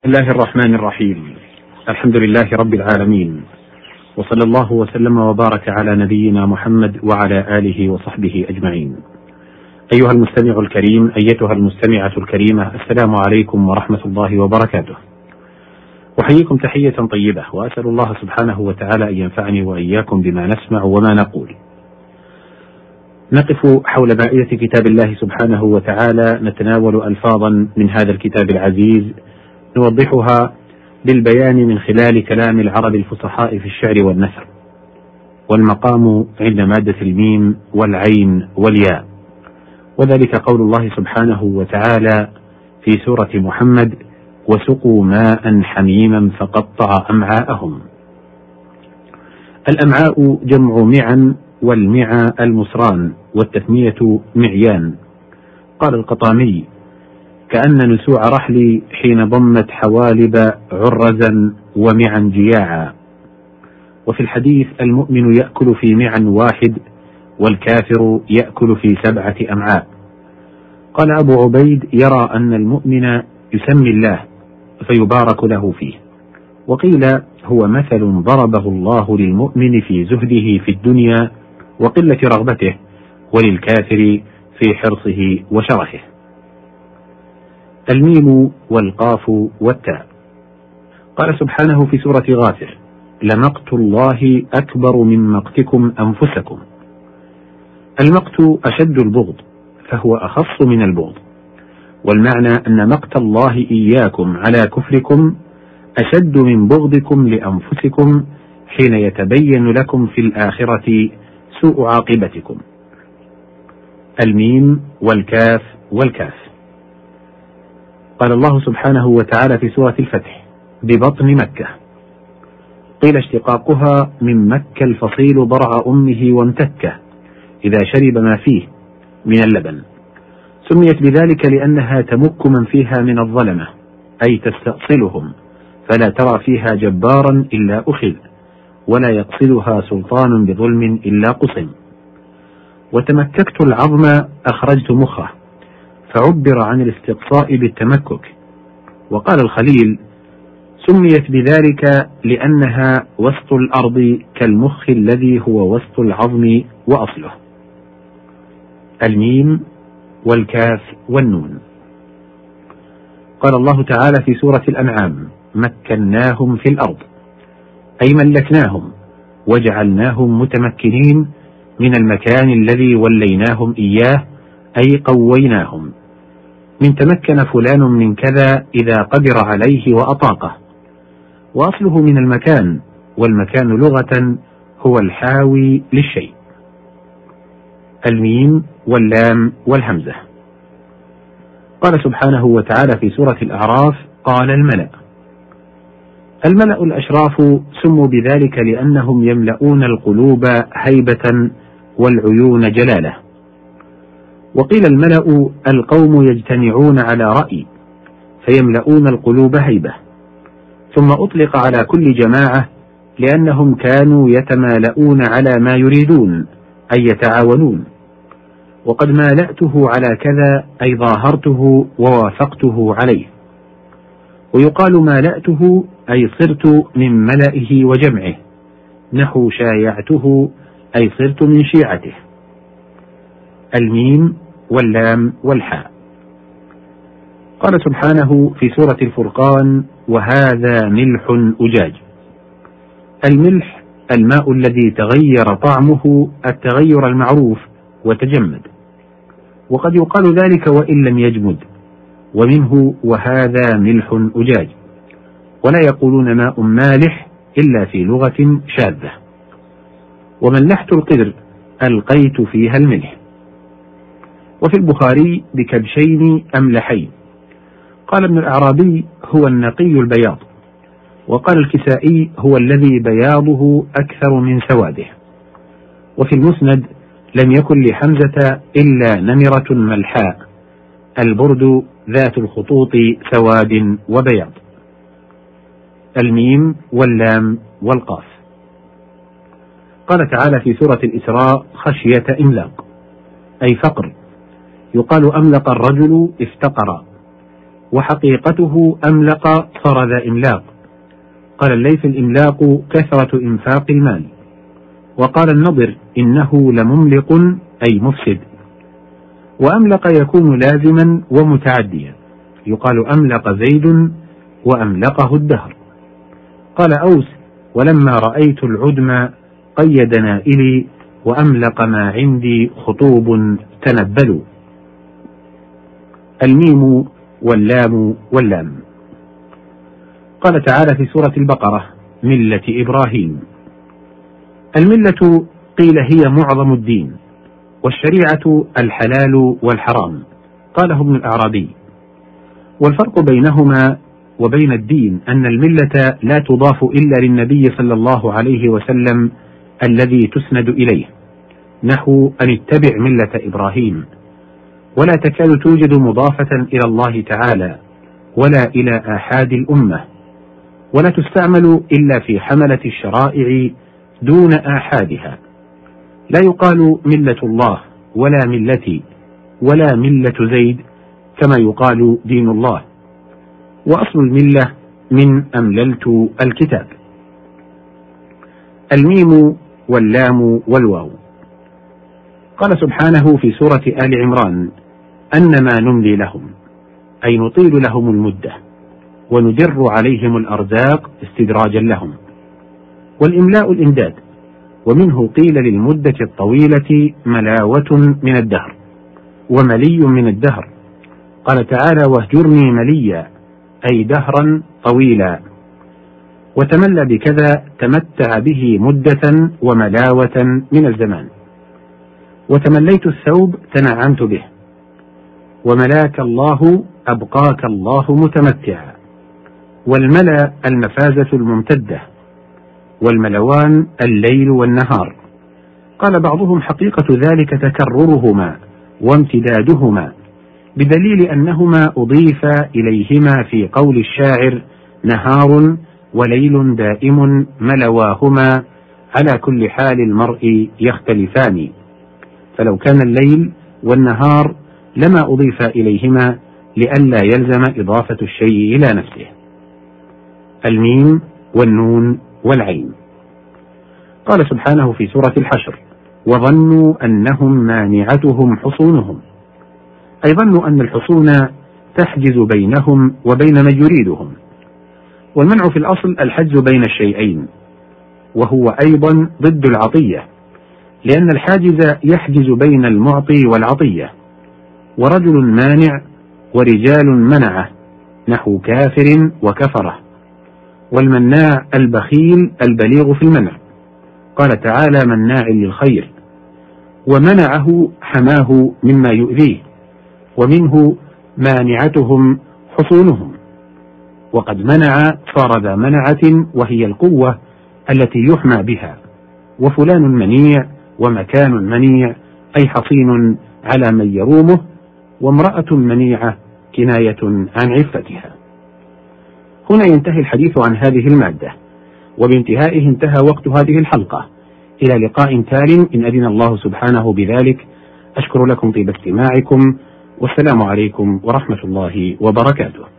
الله الرحمن الرحيم. الحمد لله رب العالمين، وصلى الله وسلم وبارك على نبينا محمد وعلى آله وصحبه أجمعين. أيها المستمع الكريم، أيتها المستمعة الكريمة، السلام عليكم ورحمة الله وبركاته. أحييكم تحية طيبة، وأسأل الله سبحانه وتعالى أن ينفعني وإياكم بما نسمع وما نقول. نقف حول مائدة كتاب الله سبحانه وتعالى، نتناول ألفاظا من هذا الكتاب العزيز نوضحها بالبيان من خلال كلام العرب الفصحاء في الشعر والنثر. والمقام عند مادة الميم والعين والياء، وذلك قول الله سبحانه وتعالى في سورة محمد: وسقوا ماء حميما فقطع أمعاءهم. الأمعاء جمع معا، والمعى المصران، والتثنية معيان. قال القطامي: كأن نسوع رحلي حين ضمت حوالب عرزا ومعا جياعا. وفي الحديث: المؤمن يأكل في معا واحد، والكافر يأكل في 7 أمعاء. قال أبو عبيد: يرى أن المؤمن يسمي الله فيبارك له فيه. وقيل: هو مثل ضربه الله للمؤمن في زهده في الدنيا وقلة رغبته، وللكافر في حرصه وشرهه. الميم والقاف والتاء. قال سبحانه في سورة غافر: لمقت الله أكبر من مقتكم أنفسكم. المقت أشد البغض، فهو أخص من البغض، والمعنى أن مقت الله إياكم على كفركم أشد من بغضكم لأنفسكم حين يتبين لكم في الآخرة سوء عاقبتكم. الميم والكاف والكاف. قال الله سبحانه وتعالى في سورة الفتح: ببطن مكة. قيل اشتقاقها من مكة الفصيل ضرع أمه وامتكه إذا شرب ما فيه من اللبن. سميت بذلك لأنها تمك من فيها من الظلمة، أي تستأصلهم، فلا ترى فيها جبارا إلا أخذ، ولا يقصدها سلطان بظلم إلا قصم. وتمككت العظم أخرجت مخه، فعبر عن الاستقصاء بالتمكك. وقال الخليل: سميت بذلك لأنها وسط الأرض كالمخ الذي هو وسط العظم وأصله. الميم والكاف والنون. قال الله تعالى في سورة الأنعام: مكناهم في الأرض، أي ملكناهم وجعلناهم متمكنين من المكان الذي وليناهم إياه، أي قويناهم. من تمكن فلان من كذا إذا قدر عليه وأطاقه، وأصله من المكان، والمكان لغة هو الحاوي للشيء. الميم واللام والهمزة. قال سبحانه وتعالى في سورة الأعراف: قال الملأ. الملأ الأشراف سموا بذلك لأنهم يملؤون القلوب هيبة والعيون جلالة. وقيل الملأ القوم يجتمعون على رأي فيملؤون القلوب هيبة. ثم أطلق على كل جماعة لأنهم كانوا يتمالؤون على ما يريدون، أي يتعاونون. وقد مالأته على كذا، أي ظاهرته ووافقته عليه. ويقال مالأته، أي صرت من ملئه وجمعه، نحو شايعته، أي صرت من شيعته. الميم واللام والحاء. قال سبحانه في سورة الفرقان: وهذا ملح أجاج. الملح الماء الذي تغير طعمه التغير المعروف وتجمد، وقد يقال ذلك وإن لم يجمد، ومنه وهذا ملح أجاج. ولا يقولون ماء مالح إلا في لغة شاذة. وملحت القدر ألقيت فيها الملح. وفي البخاري: بكبشين أملحين. قال ابن الأعرابي: هو النقي البياض. وقال الكسائي: هو الذي بياضه أكثر من سواده. وفي المسند: لم يكن لحمزة إلا نمرة ملحاء، البرد ذات الخطوط سواد وبياض. الميم واللام والقاف. قال تعالى في سورة الإسراء: خشية إملاق، أي فقر. يقال أملق الرجل افتقر. وحقيقته أملق صار ذا إملاق. قال الليث: الإملاق كثرة إنفاق المال. وقال النضر: إنه لمملق أي مفسد. وأملق يكون لازما ومتعديا، يقال أملق زيد وأملقه الدهر. قال أوس: ولما رأيت العدم قيد نائلي، وأملق ما عندي خطوب تنبلوا. الميم واللام واللام. قال تعالى في سورة البقرة: ملة إبراهيم. الملة قيل هي معظم الدين، والشريعة الحلال والحرام، قاله ابن الأعرابي. والفرق بينهما وبين الدين أن الملة لا تضاف إلا للنبي صلى الله عليه وسلم الذي تسند إليه، نحو أن اتبع ملة إبراهيم، ولا تكاد توجد مضافة إلى الله تعالى ولا إلى آحاد الأمة، ولا تستعمل إلا في حملة الشرائع دون آحادها. لا يقال ملة الله ولا ملتي ولا ملة زيد كما يقال دين الله. وأصل الملة من أمللت الكتاب. الميم واللام والواو. قال سبحانه في سورة آل عمران: أنما نملي لهم، أي نطيل لهم المدة وندر عليهم الأرزاق استدراجا لهم. والإملاء الإمداد، ومنه قيل للمدة الطويلة ملاوة من الدهر وملي من الدهر. قال تعالى: واهجرني مليا، أي دهرا طويلا. وتملى بكذا تمتع به مدة وملاوة من الزمان. وتمليت الثوب تنعمت به. وملاك الله أبقاك الله متمتعا. والملا المفازة الممتدة. والملوان الليل والنهار. قال بعضهم: حقيقة ذلك تكررهما وامتدادهما، بدليل أنهما أضيف إليهما في قول الشاعر: نهار وليل دائم ملواهما، على كل حال المرء يختلفان. فلو كان الليل والنهار لما أضيف إليهما لئلا يلزم إضافة الشيء إلى نفسه. الميم والنون والعين. قال سبحانه في سورة الحشر: وظنوا أنهم مانعتهم حصونهم، أي ظنوا أن الحصون تحجز بينهم وبين من يريدهم. والمنع في الأصل الحجز بين الشيئين، وهو أيضا ضد العطية، لأن الحاجز يحجز بين المعطي والعطية. ورجل مانع ورجال منعه، نحو كافر وكفره. والمناع البخيل البليغ في المنع، قال تعالى: مناع للخير. ومنعه حماه مما يؤذيه، ومنه مانعتهم حصونهم. وقد منع صار ذا منعة، وهي القوة التي يحمى بها. وفلان منيع ومكان منيع، أي حصين على من يرومه. وامرأة منيعة كناية عن عفتها. هنا ينتهي الحديث عن هذه المادة، وبانتهائه انتهى وقت هذه الحلقة. إلى لقاء تال إن أذن الله سبحانه بذلك. أشكر لكم طيب استماعكم، والسلام عليكم ورحمة الله وبركاته.